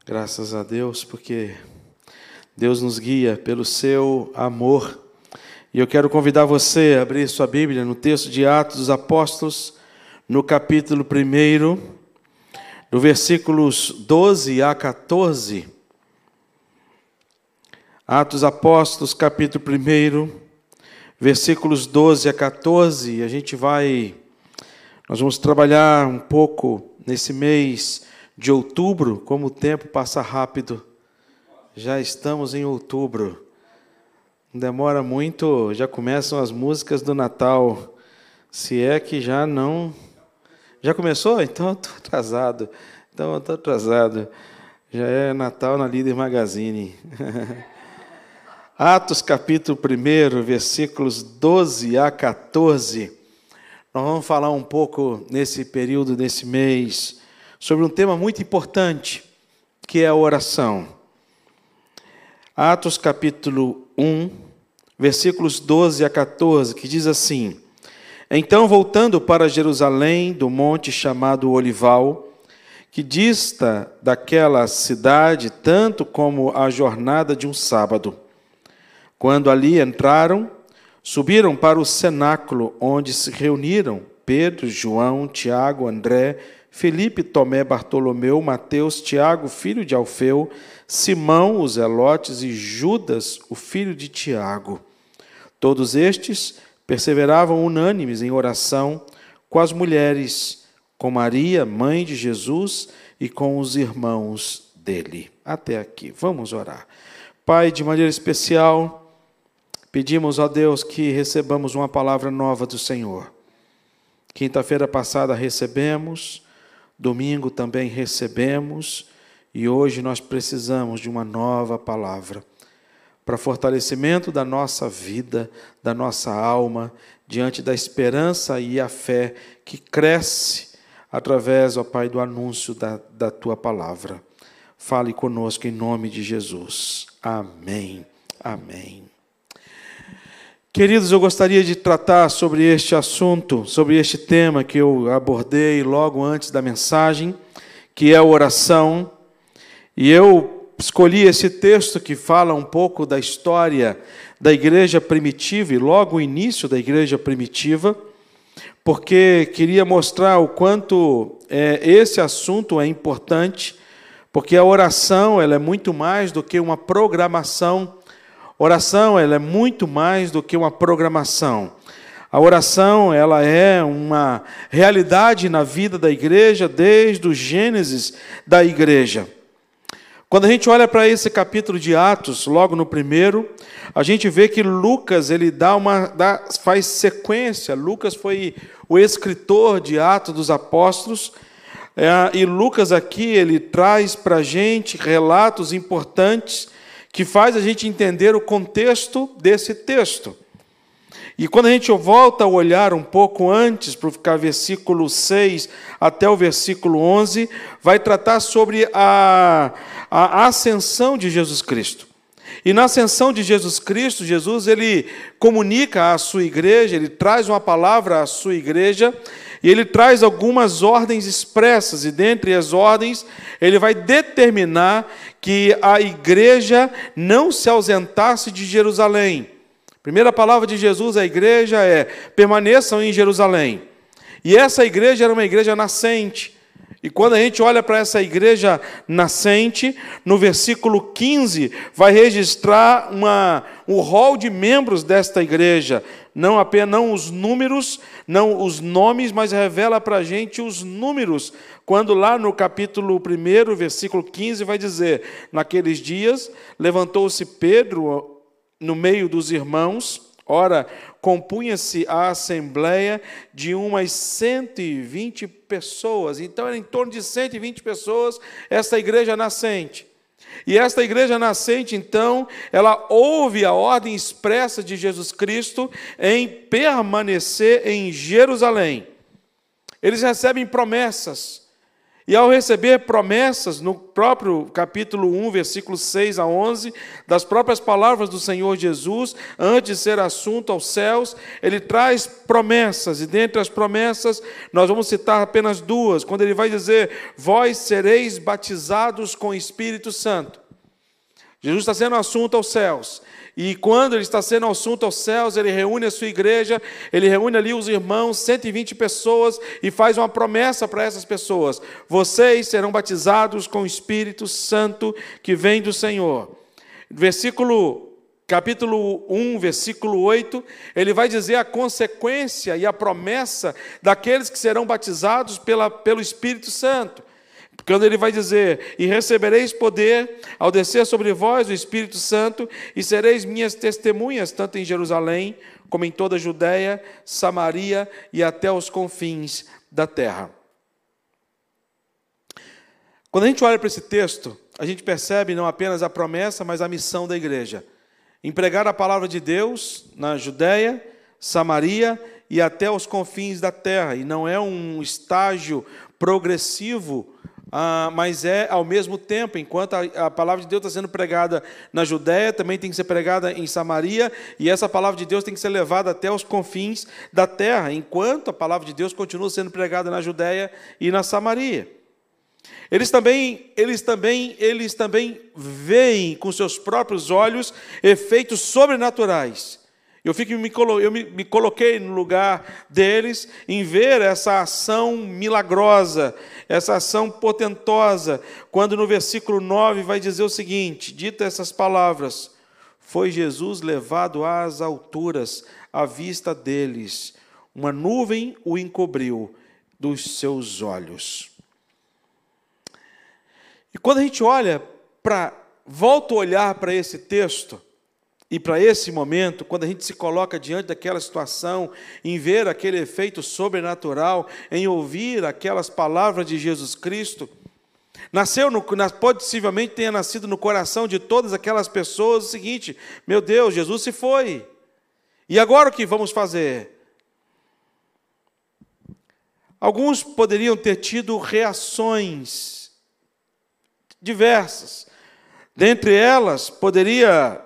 Graças a Deus, porque Deus nos guia pelo seu amor. E eu quero convidar você a abrir sua Bíblia no texto de Atos dos Apóstolos, no capítulo 1, do versículos 12 a 14. Atos Apóstolos, capítulo 1, versículos 12 a 14. Nós vamos trabalhar um pouco nesse mês de outubro, como o tempo passa rápido. Já estamos em outubro. Não demora muito, já começam as músicas do Natal. Se é que já não... Já começou? Então eu estou atrasado. Já é Natal na Líder Magazine. Atos capítulo 1, versículos 12 a 14. Nós vamos falar um pouco nesse período, nesse mês, sobre um tema muito importante, que é a oração. Atos capítulo 1, versículos 12 a 14, que diz assim: Então, voltando para Jerusalém, do monte chamado Olival, que dista daquela cidade tanto como a jornada de um sábado, quando ali entraram, subiram para o cenáculo, onde se reuniram Pedro, João, Tiago, André, Felipe, Tomé, Bartolomeu, Mateus, Tiago, filho de Alfeu, Simão, os Zelotes e Judas, o filho de Tiago. Todos estes perseveravam unânimes em oração com as mulheres, com Maria, mãe de Jesus, e com os irmãos dele. Até aqui. Vamos orar. Pai, de maneira especial, pedimos a Deus que recebamos uma palavra nova do Senhor. Quinta-feira passada recebemos, domingo também recebemos, e hoje nós precisamos de uma nova palavra para fortalecimento da nossa vida, da nossa alma, diante da esperança e a fé que cresce através, ó Pai, do anúncio da Tua palavra. Fale conosco em nome de Jesus. Amém. Amém. Queridos, eu gostaria de tratar sobre este assunto, sobre este tema que eu abordei logo antes da mensagem, que é a oração. E eu escolhi esse texto que fala um pouco da história da igreja primitiva e logo o início da igreja primitiva, porque queria mostrar o quanto esse assunto é importante, porque a oração ela é muito mais do que uma programação. Oração ela é muito mais do que uma programação. A oração ela é uma realidade na vida da igreja desde o Gênesis da igreja. Quando a gente olha para esse capítulo de Atos, logo no primeiro, a gente vê que Lucas ele faz sequência. Lucas foi o escritor de Atos dos Apóstolos, e Lucas aqui ele traz para a gente relatos importantes que faz a gente entender o contexto desse texto. E quando a gente volta a olhar um pouco antes, para ficar versículo 6 até o versículo 11, vai tratar sobre a ascensão de Jesus Cristo. E na ascensão de Jesus Cristo, Jesus ele comunica à sua igreja, ele traz uma palavra à sua igreja, e ele traz algumas ordens expressas, e dentre as ordens, ele vai determinar que a igreja não se ausentasse de Jerusalém. A primeira palavra de Jesus à igreja é: permaneçam em Jerusalém. E essa igreja era uma igreja nascente. E quando a gente olha para essa igreja nascente, no versículo 15, vai registrar o rol de membros desta igreja. Não apenas os números, não os nomes, mas revela para a gente os números. Quando lá no capítulo 1, versículo 15, vai dizer: naqueles dias, levantou-se Pedro no meio dos irmãos, ora, compunha-se a assembleia de umas 120 pessoas. Então, era em torno de 120 pessoas essa igreja nascente. E esta igreja nascente, então, ela ouve a ordem expressa de Jesus Cristo em permanecer em Jerusalém. Eles recebem promessas. E ao receber promessas, no próprio capítulo 1, versículos 6 a 11, das próprias palavras do Senhor Jesus, antes de ser assunto aos céus, ele traz promessas, e dentre as promessas, nós vamos citar apenas duas, quando ele vai dizer, vós sereis batizados com o Espírito Santo. Jesus está sendo assunto aos céus, e quando ele está sendo assunto aos céus, ele reúne a sua igreja, ele reúne ali os irmãos, 120 pessoas, e faz uma promessa para essas pessoas: vocês serão batizados com o Espírito Santo que vem do Senhor. Capítulo 1, versículo 8, ele vai dizer a consequência e a promessa daqueles que serão batizados pelo Espírito Santo. Quando ele vai dizer, e recebereis poder ao descer sobre vós o Espírito Santo, e sereis minhas testemunhas, tanto em Jerusalém, como em toda a Judéia, Samaria e até os confins da terra. Quando a gente olha para esse texto, a gente percebe não apenas a promessa, mas a missão da igreja. Empregar a palavra de Deus na Judéia, Samaria e até os confins da terra. E não é um estágio progressivo, mas é ao mesmo tempo, enquanto a palavra de Deus está sendo pregada na Judéia, também tem que ser pregada em Samaria, e essa palavra de Deus tem que ser levada até os confins da terra, enquanto a palavra de Deus continua sendo pregada na Judéia e na Samaria. Eles também veem com seus próprios olhos efeitos sobrenaturais. Eu me coloquei no lugar deles em ver essa ação milagrosa, essa ação potentosa, quando no versículo 9 vai dizer o seguinte, dita essas palavras, foi Jesus levado às alturas à vista deles, uma nuvem o encobriu dos seus olhos. E quando a gente volta a olhar para esse texto, e para esse momento, quando a gente se coloca diante daquela situação, em ver aquele efeito sobrenatural, em ouvir aquelas palavras de Jesus Cristo, possivelmente tenha nascido no coração de todas aquelas pessoas o seguinte, meu Deus, Jesus se foi, e agora o que vamos fazer? Alguns poderiam ter tido reações diversas. Dentre elas, poderia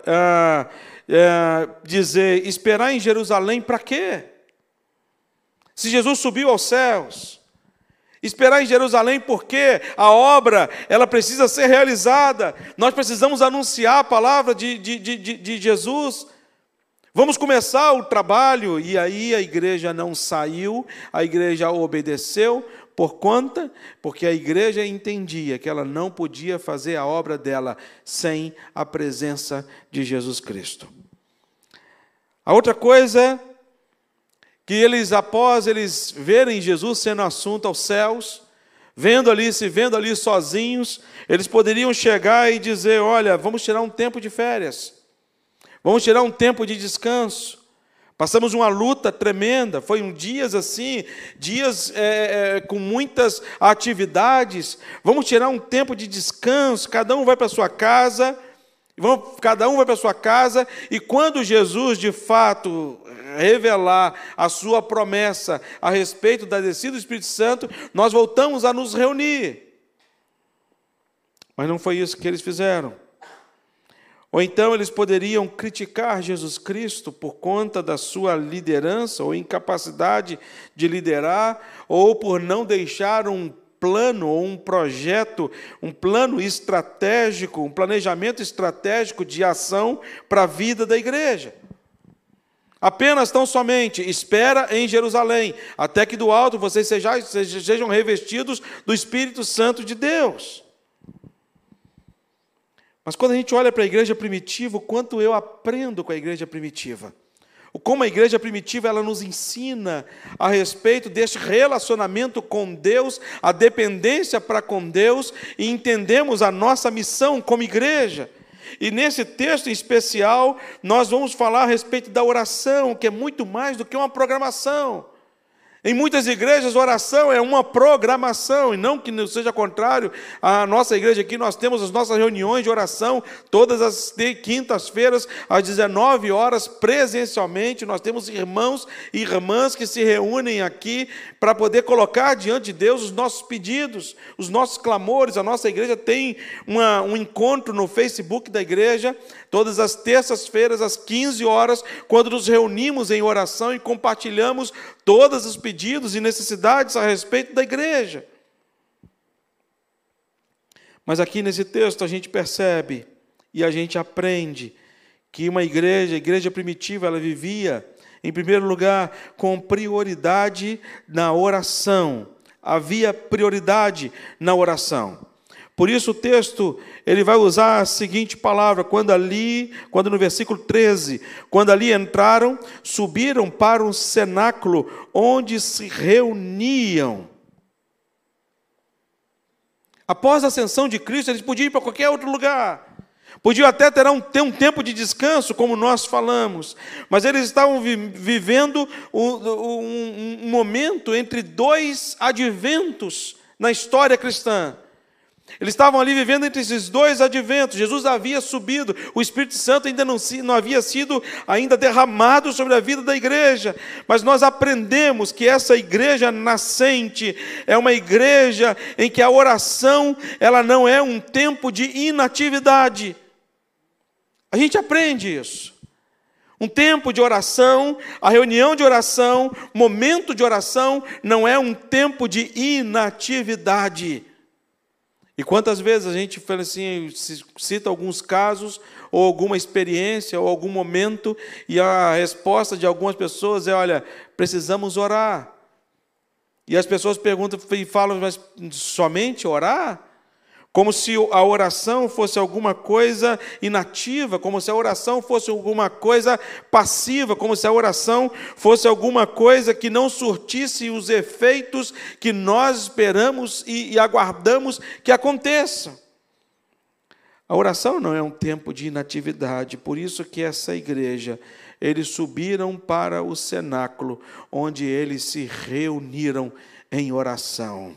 dizer, esperar em Jerusalém para quê? Se Jesus subiu aos céus, esperar em Jerusalém porque a obra ela precisa ser realizada, nós precisamos anunciar a palavra de Jesus, vamos começar o trabalho, e aí a igreja não saiu, a igreja obedeceu, porque a igreja entendia que ela não podia fazer a obra dela sem a presença de Jesus Cristo. A outra coisa, que após eles verem Jesus sendo assunto aos céus, se vendo ali sozinhos, eles poderiam chegar e dizer, olha, vamos tirar um tempo de férias, vamos tirar um tempo de descanso. Passamos uma luta tremenda, dias com muitas atividades, vamos tirar um tempo de descanso, cada um vai para a sua casa, e quando Jesus, de fato, revelar a sua promessa a respeito da descida do Espírito Santo, nós voltamos a nos reunir. Mas não foi isso que eles fizeram. Ou então eles poderiam criticar Jesus Cristo por conta da sua liderança ou incapacidade de liderar, ou por não deixar um plano ou um projeto, um plano estratégico, um planejamento estratégico de ação para a vida da igreja. Apenas tão somente espera em Jerusalém, até que do alto vocês sejam revestidos do Espírito Santo de Deus. Mas quando a gente olha para a igreja primitiva, o quanto eu aprendo com a igreja primitiva. Como a igreja primitiva ela nos ensina a respeito deste relacionamento com Deus, a dependência para com Deus, e entendemos a nossa missão como igreja. E nesse texto em especial, nós vamos falar a respeito da oração, que é muito mais do que uma programação. Em muitas igrejas, oração é uma programação, e não que não seja contrário. A nossa igreja aqui, nós temos as nossas reuniões de oração, todas as quintas-feiras, às 19 horas, presencialmente. Nós temos irmãos e irmãs que se reúnem aqui para poder colocar diante de Deus os nossos pedidos, os nossos clamores. A nossa igreja tem um encontro no Facebook da igreja, todas as terças-feiras, às 15 horas, quando nos reunimos em oração e compartilhamos todos os pedidos e necessidades a respeito da igreja. Mas aqui nesse texto a gente percebe e a gente aprende que a igreja primitiva, ela vivia, em primeiro lugar, com prioridade na oração. Havia prioridade na oração. Por isso o texto, ele vai usar a seguinte palavra, quando no versículo 13, quando ali entraram, subiram para um cenáculo onde se reuniam. Após a ascensão de Cristo, eles podiam ir para qualquer outro lugar. Podiam até ter um tempo de descanso, como nós falamos, mas eles estavam vivendo um momento entre dois adventos na história cristã. Eles estavam ali vivendo entre esses dois adventos. Jesus havia subido, o Espírito Santo ainda não havia sido ainda derramado sobre a vida da igreja, mas nós aprendemos que essa igreja nascente é uma igreja em que a oração, ela não é um tempo de inatividade. A gente aprende isso. Um tempo de oração, a reunião de oração, momento de oração, não é um tempo de inatividade. E quantas vezes a gente fala assim, cita alguns casos, ou alguma experiência, ou algum momento, e a resposta de algumas pessoas é, olha, precisamos orar. E as pessoas perguntam e falam, mas somente orar? Como se a oração fosse alguma coisa inativa, como se a oração fosse alguma coisa passiva, como se a oração fosse alguma coisa que não surtisse os efeitos que nós esperamos e aguardamos que aconteça. A oração não é um tempo de inatividade, por isso que essa igreja, eles subiram para o cenáculo, onde eles se reuniram em oração.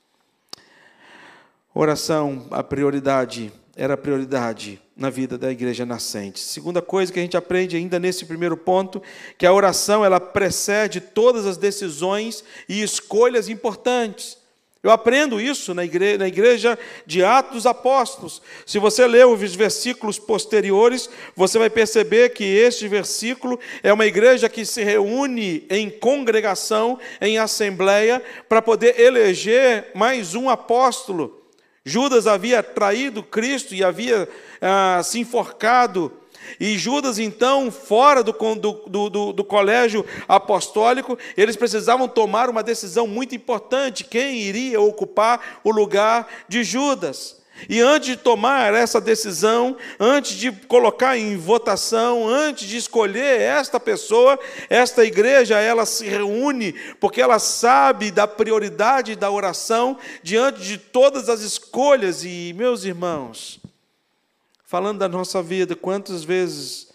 Oração, era prioridade na vida da igreja nascente. Segunda coisa que a gente aprende ainda nesse primeiro ponto, que a oração, ela precede todas as decisões e escolhas importantes. Eu aprendo isso na igreja de Atos dos Apóstolos. Se você ler os versículos posteriores, você vai perceber que este versículo é uma igreja que se reúne em congregação, em assembleia, para poder eleger mais um apóstolo. Judas havia traído Cristo e havia se enforcado. E Judas, então, fora do colégio apostólico, eles precisavam tomar uma decisão muito importante: quem iria ocupar o lugar de Judas. E antes de tomar essa decisão, antes de colocar em votação, antes de escolher esta pessoa, esta igreja, ela se reúne, porque ela sabe da prioridade da oração diante de todas as escolhas. E, meus irmãos, falando da nossa vida, quantas vezes,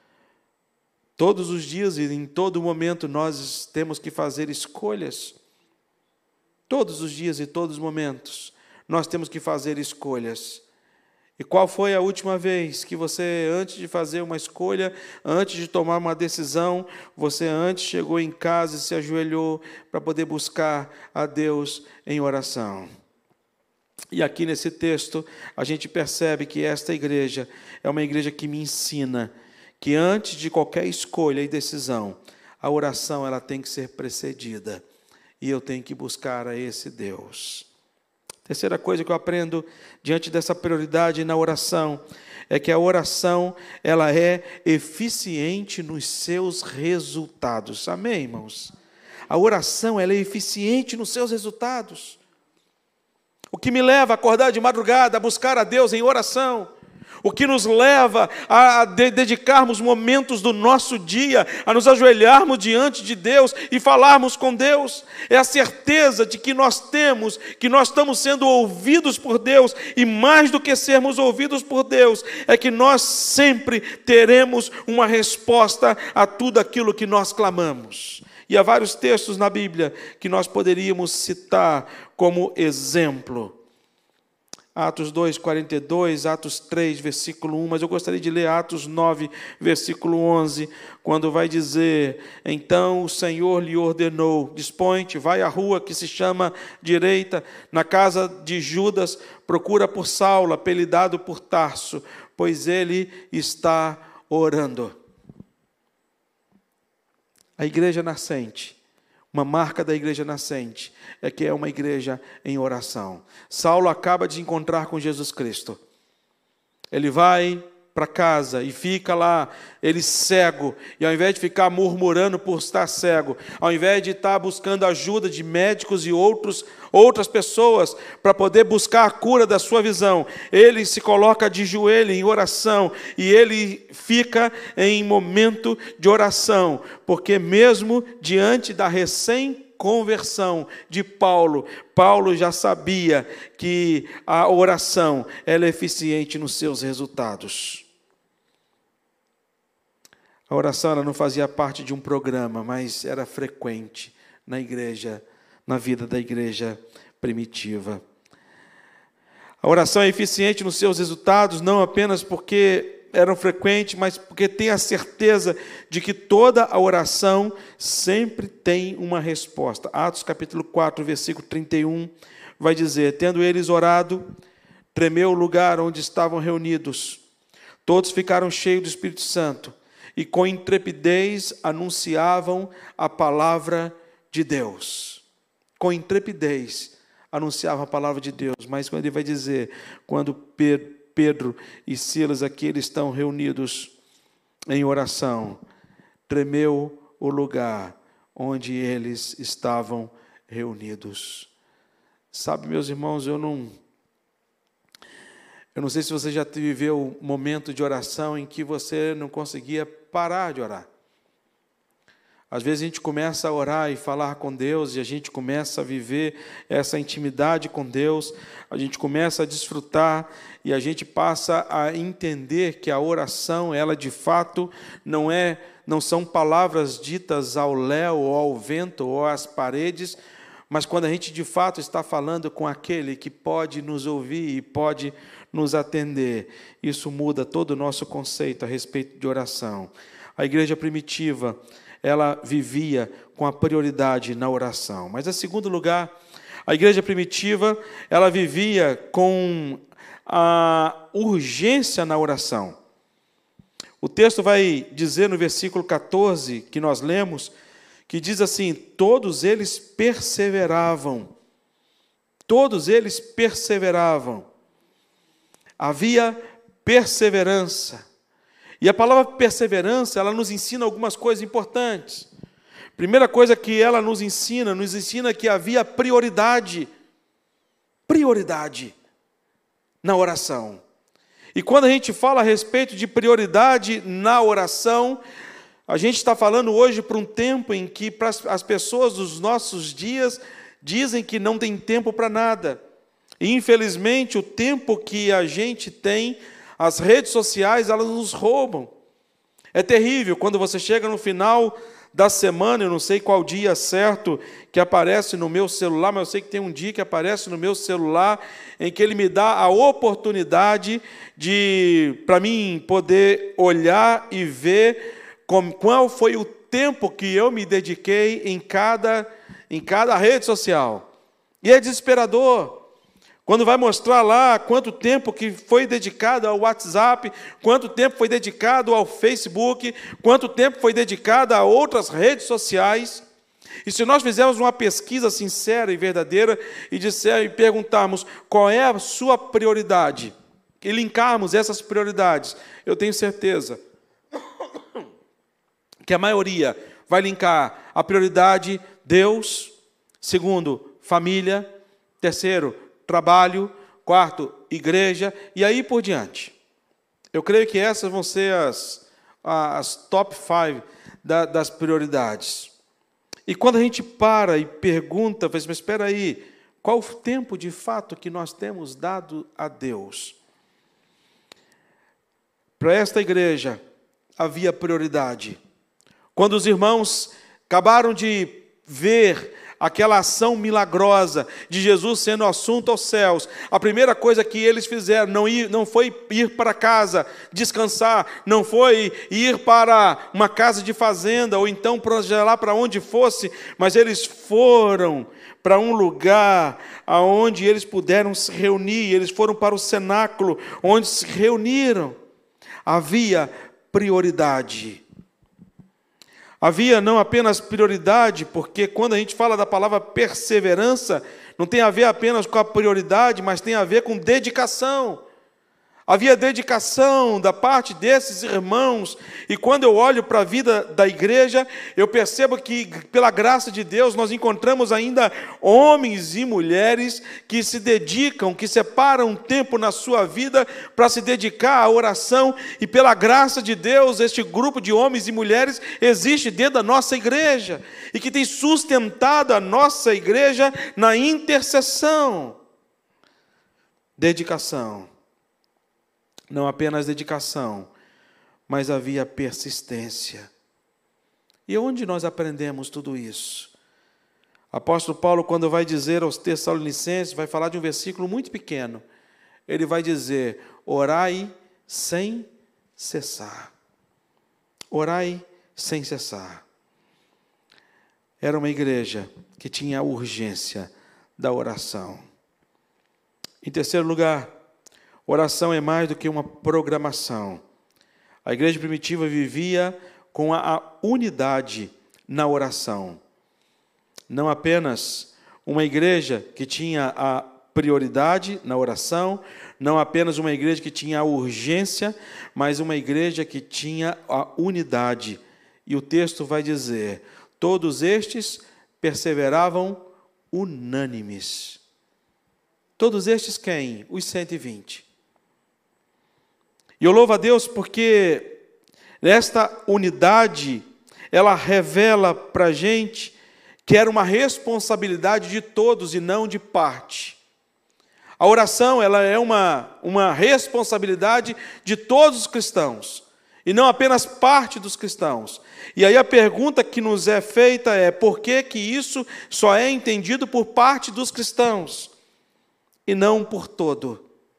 todos os dias e em todo momento, nós temos que fazer escolhas? Todos os dias e todos os momentos, nós temos que fazer escolhas. E qual foi a última vez que você, antes de fazer uma escolha, antes de tomar uma decisão, você antes chegou em casa e se ajoelhou para poder buscar a Deus em oração? E aqui nesse texto, a gente percebe que esta igreja é uma igreja que me ensina que antes de qualquer escolha e decisão, a oração, ela tem que ser precedida. E eu tenho que buscar a esse Deus. Terceira coisa que eu aprendo diante dessa prioridade na oração é que a oração, ela é eficiente nos seus resultados. Amém, irmãos? A oração, ela é eficiente nos seus resultados. O que me leva a acordar de madrugada, a buscar a Deus em oração. O que nos leva a dedicarmos momentos do nosso dia, a nos ajoelharmos diante de Deus e falarmos com Deus. É a certeza de que nós temos, que nós estamos sendo ouvidos por Deus, e mais do que sermos ouvidos por Deus, é que nós sempre teremos uma resposta a tudo aquilo que nós clamamos. E há vários textos na Bíblia que nós poderíamos citar como exemplo. Atos 2, 42, Atos 3, versículo 1, mas eu gostaria de ler Atos 9, versículo 11, quando vai dizer: então o Senhor lhe ordenou, dispõe-te, vai à rua que se chama Direita, na casa de Judas, procura por Saulo, apelidado por Tarso, pois ele está orando. A igreja nascente, uma marca da igreja nascente, é que é uma igreja em oração. Saulo acaba de encontrar com Jesus Cristo. Ele vai para casa e fica lá, ele cego, e ao invés de ficar murmurando por estar cego, ao invés de estar buscando ajuda de médicos e outras pessoas para poder buscar a cura da sua visão, ele se coloca de joelho em oração, e ele fica em momento de oração, porque mesmo diante da recém-conversão de Paulo, Paulo já sabia que a oração ela é eficiente nos seus resultados. A oração ela não fazia parte de um programa, mas era frequente na igreja, na vida da igreja primitiva. A oração é eficiente nos seus resultados, não apenas porque eram frequentes, mas porque tem a certeza de que toda a oração sempre tem uma resposta. Atos capítulo 4, versículo 31, vai dizer: tendo eles orado, tremeu o lugar onde estavam reunidos. Todos ficaram cheios do Espírito Santo e com intrepidez anunciavam a palavra de Deus. Com intrepidez anunciavam a palavra de Deus. Mas quando ele vai dizer, quando Pedro e Silas aqui eles estão reunidos em oração, tremeu o lugar onde eles estavam reunidos. Sabe, meus irmãos, eu não sei se você já viveu um momento de oração em que você não conseguia parar de orar. Às vezes a gente começa a orar e falar com Deus, e a gente começa a viver essa intimidade com Deus, a gente começa a desfrutar, e a gente passa a entender que a oração, ela de fato não são palavras ditas ao léu, ou ao vento, ou às paredes, mas quando a gente de fato está falando com aquele que pode nos ouvir e pode nos atender, isso muda todo o nosso conceito a respeito de oração. A igreja primitiva, ela vivia com a prioridade na oração. Mas, em segundo lugar, a igreja primitiva, ela vivia com a urgência na oração. O texto vai dizer no versículo 14, que nós lemos, que diz assim: todos eles perseveravam. Todos eles perseveravam. Havia perseverança. E a palavra perseverança, ela nos ensina algumas coisas importantes. Primeira coisa que ela nos ensina que havia prioridade na oração. E quando a gente fala a respeito de prioridade na oração, a gente está falando hoje para um tempo em que as pessoas dos nossos dias dizem que não tem tempo para nada. E, infelizmente, o tempo que a gente tem, as redes sociais, elas nos roubam. É terrível quando você chega no final da semana, eu não sei qual dia certo que aparece no meu celular, mas eu sei que tem um dia que aparece no meu celular em que ele me dá a oportunidade para mim poder olhar e ver qual foi o tempo que eu me dediquei em cada rede social. E é desesperador. Quando vai mostrar lá quanto tempo que foi dedicado ao WhatsApp, quanto tempo foi dedicado ao Facebook, quanto tempo foi dedicado a outras redes sociais. E se nós fizermos uma pesquisa sincera e verdadeira e perguntarmos qual é a sua prioridade, e linkarmos essas prioridades, eu tenho certeza que a maioria vai linkar a prioridade Deus, segundo, família, terceiro, trabalho, quarto, igreja, e aí por diante. Eu creio que essas vão ser as top 5 das prioridades. E quando a gente para e pergunta, mas espera aí, qual o tempo de fato que nós temos dado a Deus? Para esta igreja havia prioridade. Quando os irmãos acabaram de ver aquela ação milagrosa de Jesus sendo assunto aos céus. A primeira coisa que eles fizeram não foi ir para casa descansar, não foi ir para uma casa de fazenda, ou então para onde fosse, mas eles foram para um lugar onde eles puderam se reunir. Eles foram para o cenáculo, onde se reuniram. Havia prioridade. Havia não apenas prioridade, porque quando a gente fala da palavra perseverança, não tem a ver apenas com a prioridade, mas tem a ver com dedicação. Havia dedicação da parte desses irmãos, e quando eu olho para a vida da igreja, eu percebo que, pela graça de Deus, nós encontramos ainda homens e mulheres que se dedicam, que separam um tempo na sua vida para se dedicar à oração, e pela graça de Deus, este grupo de homens e mulheres existe dentro da nossa igreja, e que tem sustentado a nossa igreja na intercessão. Dedicação. Não apenas dedicação, mas havia persistência. E onde nós aprendemos tudo isso? Apóstolo Paulo, quando vai dizer aos Tessalonicenses, vai falar de um versículo muito pequeno. Ele vai dizer: orai sem cessar. Orai sem cessar. Era uma igreja que tinha a urgência da oração. Em terceiro lugar, oração é mais do que uma programação. A igreja primitiva vivia com a unidade na oração. Não apenas uma igreja que tinha a prioridade na oração, não apenas uma igreja que tinha a urgência, mas uma igreja que tinha a unidade. E o texto vai dizer: todos estes perseveravam unânimes. Todos estes quem? Os 120. E eu louvo a Deus porque esta unidade, ela revela para a gente que era uma responsabilidade de todos e não de parte. A oração, ela é uma responsabilidade de todos os cristãos, e não apenas parte dos cristãos. E aí a pergunta que nos é feita é: por que que isso só é entendido por parte dos cristãos e não por todo?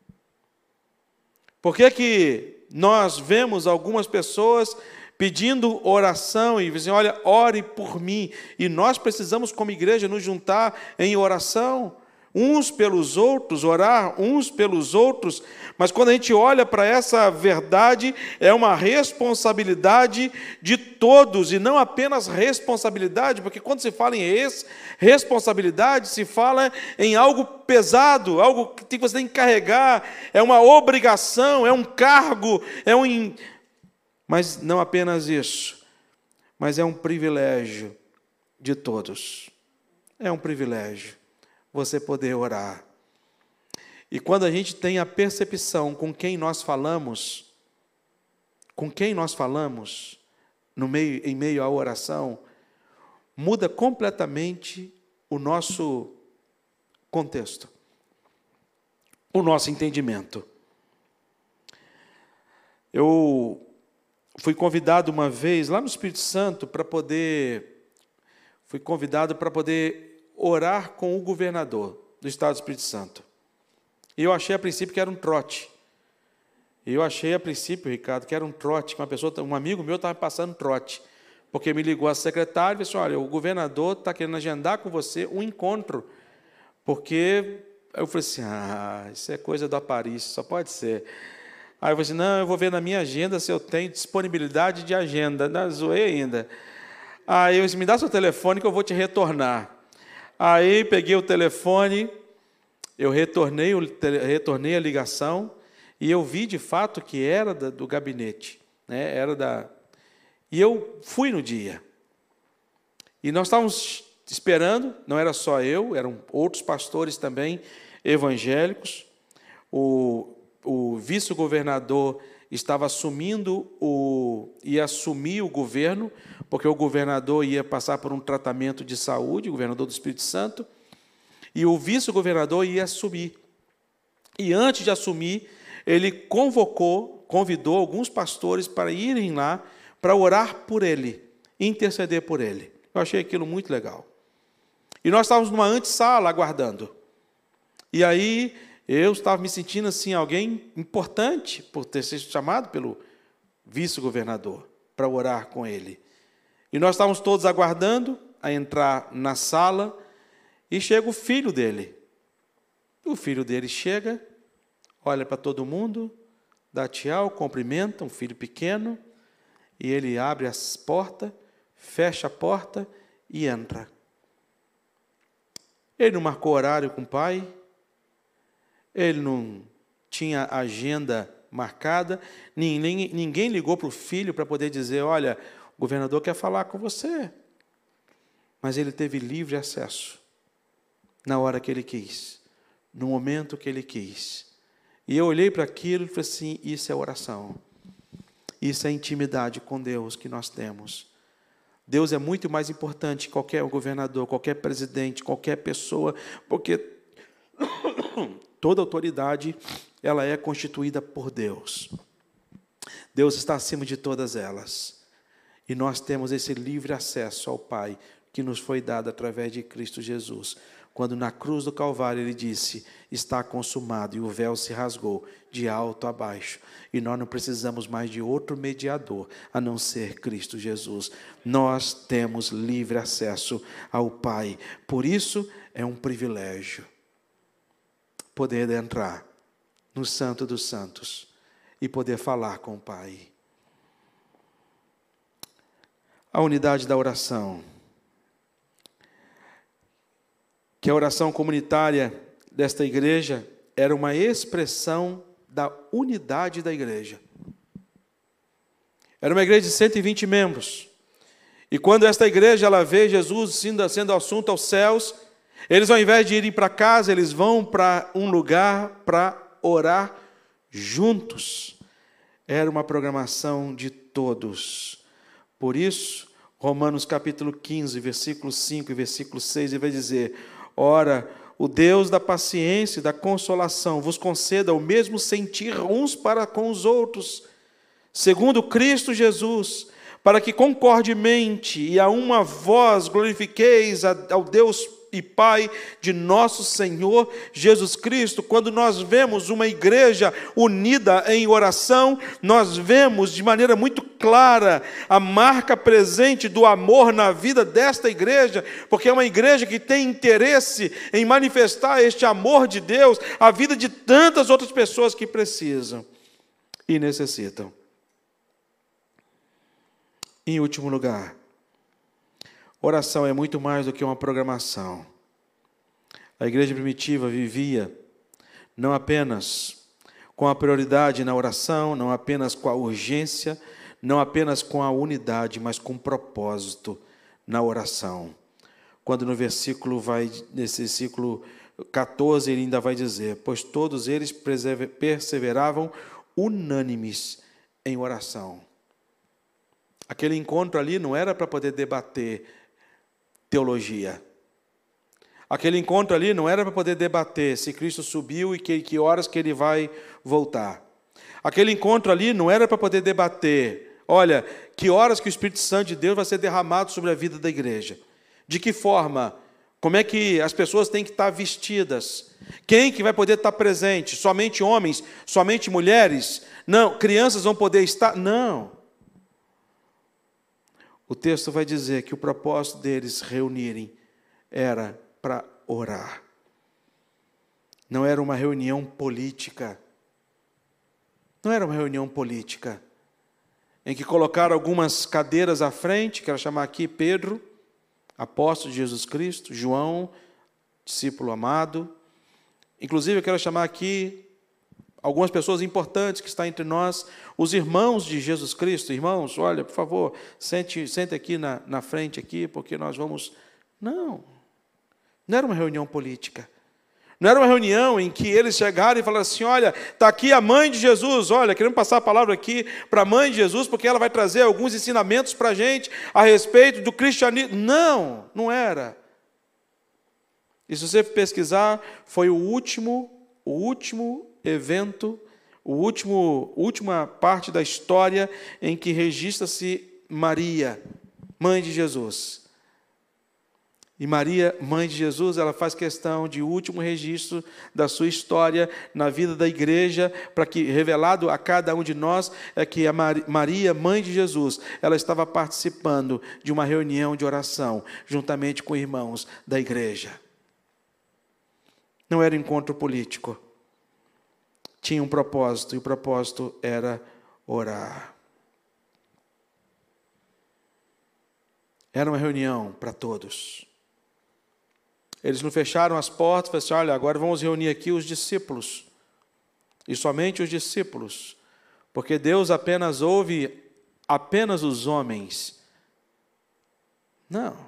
Por que que nós vemos algumas pessoas pedindo oração e dizem: olha, ore por mim, e nós precisamos como igreja nos juntar em oração, uns pelos outros, orar uns pelos outros, mas quando a gente olha para essa verdade, é uma responsabilidade de todos, e não apenas responsabilidade, porque quando se fala em responsabilidade, se fala em algo pesado, algo que você tem que carregar, é uma obrigação, é um cargo, mas não apenas isso, mas é um privilégio de todos. É um privilégio você poder orar. E quando a gente tem a percepção com quem nós falamos, em meio à oração, muda completamente o nosso contexto, o nosso entendimento. Eu fui convidado uma vez lá no Espírito Santo para poder orar com o governador do estado do Espírito Santo. E eu achei a princípio que era um trote. Ricardo, que era um trote, que um amigo meu estava passando trote, porque me ligou a secretária e disse: olha, o governador está querendo agendar com você um encontro, porque... Aí eu falei assim: isso é coisa do Aparício, só pode ser. Aí eu falei assim: não, eu vou ver na minha agenda se eu tenho disponibilidade de agenda. Não, zoei ainda. Aí eu disse: me dá seu telefone que eu vou te retornar. Aí peguei o telefone, eu retornei a ligação, e eu vi de fato que era do gabinete, né? E eu fui no dia. E nós estávamos esperando, não era só eu, eram outros pastores também evangélicos. O vice-governador estava ia assumir o governo, porque o governador ia passar por um tratamento de saúde, o governador do Espírito Santo, e o vice-governador ia assumir. E antes de assumir, ele convidou alguns pastores para irem lá, para orar por ele, interceder por ele. Eu achei aquilo muito legal. E nós estávamos numa antessala aguardando. E aí eu estava me sentindo assim, alguém importante, por ter sido chamado pelo vice-governador para orar com ele. E nós estávamos todos aguardando a entrar na sala, e chega o filho dele. O filho dele chega, olha para todo mundo, dá tchau, cumprimenta, um filho pequeno, e ele abre as portas, fecha a porta e entra. Ele não marcou horário com o pai, ele não tinha agenda marcada, ninguém ligou para o filho para poder dizer, olha, o governador quer falar com você. Mas ele teve livre acesso, na hora que ele quis, no momento que ele quis. E eu olhei para aquilo e falei assim, isso é oração. Isso é intimidade com Deus que nós temos. Deus é muito mais importante que qualquer governador, qualquer presidente, qualquer pessoa, porque toda autoridade, ela é constituída por Deus. Deus está acima de todas elas. E nós temos esse livre acesso ao Pai, que nos foi dado através de Cristo Jesus. Quando na cruz do Calvário ele disse, está consumado, e o véu se rasgou de alto a baixo. E nós não precisamos mais de outro mediador, a não ser Cristo Jesus. Nós temos livre acesso ao Pai. Por isso, é um privilégio poder entrar no Santo dos Santos e poder falar com o Pai. A unidade da oração. Que a oração comunitária desta igreja era uma expressão da unidade da igreja. Era uma igreja de 120 membros. E quando esta igreja ela vê Jesus sendo assunto aos céus, eles ao invés de irem para casa, eles vão para um lugar para orar juntos. Era uma programação de todos. Por isso, Romanos capítulo 15, versículo 5 e versículo 6, ele vai dizer, ora, o Deus da paciência e da consolação vos conceda o mesmo sentir uns para com os outros, segundo Cristo Jesus, para que concordemente e a uma voz glorifiqueis ao Deus e Pai de nosso Senhor Jesus Cristo. Quando nós vemos uma igreja unida em oração, nós vemos de maneira muito clara a marca presente do amor na vida desta igreja, porque é uma igreja que tem interesse em manifestar este amor de Deus à vida de tantas outras pessoas que precisam e necessitam. Em último lugar, oração é muito mais do que uma programação. A igreja primitiva vivia não apenas com a prioridade na oração, não apenas com a urgência, não apenas com a unidade, mas com propósito na oração. Quando nesse versículo 14, ele ainda vai dizer, pois todos eles perseveravam unânimes em oração. Aquele encontro ali não era para poder debater teologia. Aquele encontro ali não era para poder debater se Cristo subiu e que horas que ele vai voltar. Aquele encontro ali não era para poder debater, olha, que horas que o Espírito Santo de Deus vai ser derramado sobre a vida da igreja. De que forma? Como é que as pessoas têm que estar vestidas? Quem que vai poder estar presente? Somente homens? Somente mulheres? Não. Crianças vão poder estar? Não. O texto vai dizer que o propósito deles reunirem era para orar. Não era uma reunião política. Não era uma reunião política, em que colocaram algumas cadeiras à frente, quero chamar aqui Pedro, apóstolo de Jesus Cristo, João, discípulo amado. Inclusive, eu quero chamar aqui algumas pessoas importantes que estão entre nós, os irmãos de Jesus Cristo. Irmãos, olha, por favor, sente aqui na frente, aqui, porque nós vamos... Não era uma reunião política. Não era uma reunião em que eles chegaram e falaram assim, olha, está aqui a mãe de Jesus, olha, queremos passar a palavra aqui para a mãe de Jesus, porque ela vai trazer alguns ensinamentos para a gente a respeito do cristianismo. Não era. E se você pesquisar, foi o último evento, última parte da história em que registra-se Maria, mãe de Jesus. E Maria, mãe de Jesus, ela faz questão de último registro da sua história na vida da igreja, para que, revelado a cada um de nós, é que a Maria, mãe de Jesus, ela estava participando de uma reunião de oração, juntamente com irmãos da igreja. Não era um encontro político. Tinha um propósito, e o propósito era orar. Era uma reunião para todos. Eles não fecharam as portas e falaram assim, olha, agora vamos reunir aqui os discípulos. E somente os discípulos. Porque Deus apenas ouve apenas os homens. Não. O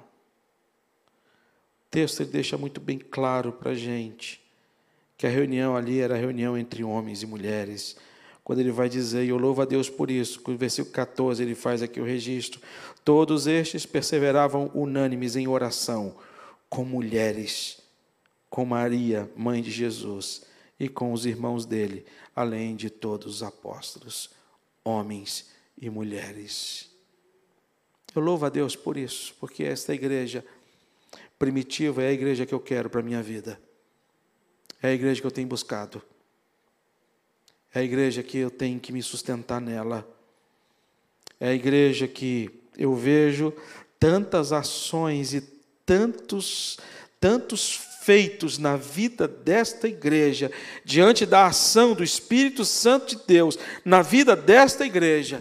texto ele deixa muito bem claro para a gente que a reunião ali era a reunião entre homens e mulheres. Quando ele vai dizer, e eu louvo a Deus por isso, no versículo 14 ele faz aqui o registro, todos estes perseveravam unânimes em oração, com mulheres, com Maria, mãe de Jesus, e com os irmãos dele, além de todos os apóstolos, homens e mulheres. Eu louvo a Deus por isso, porque esta igreja primitiva é a igreja que eu quero para a minha vida. É a igreja que eu tenho buscado. É a igreja que eu tenho que me sustentar nela. É a igreja que eu vejo tantas ações e tantos feitos na vida desta igreja, diante da ação do Espírito Santo de Deus, na vida desta igreja,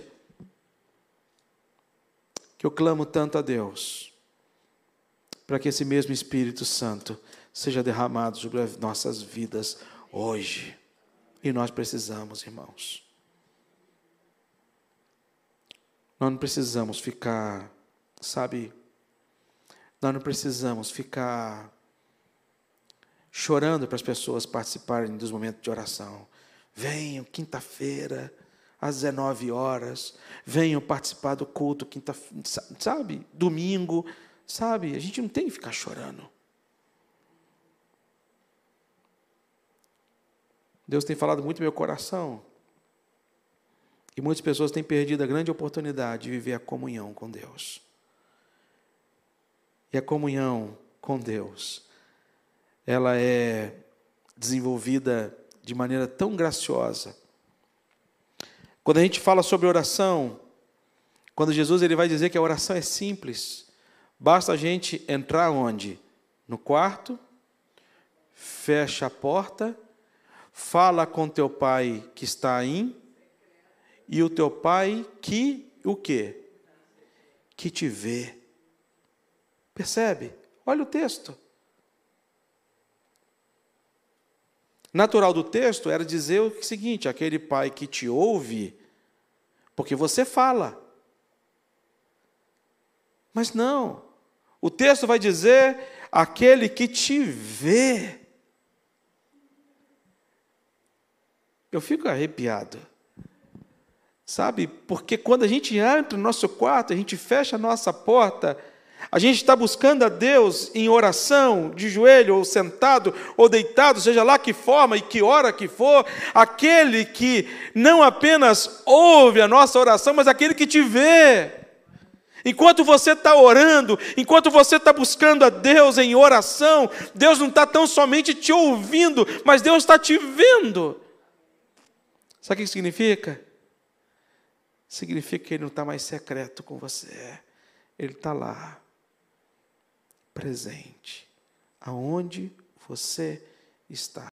que eu clamo tanto a Deus, para que esse mesmo Espírito Santo seja derramado sobre as nossas vidas hoje. E nós precisamos, irmãos. Nós não precisamos ficar, nós não precisamos ficar chorando para as pessoas participarem dos momentos de oração. Venham quinta-feira, às 19 horas, venham participar do culto, domingo, a gente não tem que ficar chorando. Deus tem falado muito no meu coração. E muitas pessoas têm perdido a grande oportunidade de viver a comunhão com Deus. E a comunhão com Deus, ela é desenvolvida de maneira tão graciosa. Quando a gente fala sobre oração, quando Jesus ele vai dizer que a oração é simples, basta a gente entrar onde? No quarto, fecha a porta, fala com teu pai que está aí, e o teu pai que, o quê? Que te vê. Percebe? Olha o texto. Natural do texto era dizer o seguinte, aquele pai que te ouve, porque você fala. Mas não. O texto vai dizer, aquele que te vê. Eu fico arrepiado, porque quando a gente entra no nosso quarto, a gente fecha a nossa porta, a gente está buscando a Deus em oração, de joelho, ou sentado, ou deitado, seja lá que forma e que hora que for, aquele que não apenas ouve a nossa oração, mas aquele que te vê. Enquanto você está orando, enquanto você está buscando a Deus em oração, Deus não está tão somente te ouvindo, mas Deus está te vendo. Sabe o que significa? Significa que Ele não está mais secreto com você. Ele está lá, presente, aonde você está.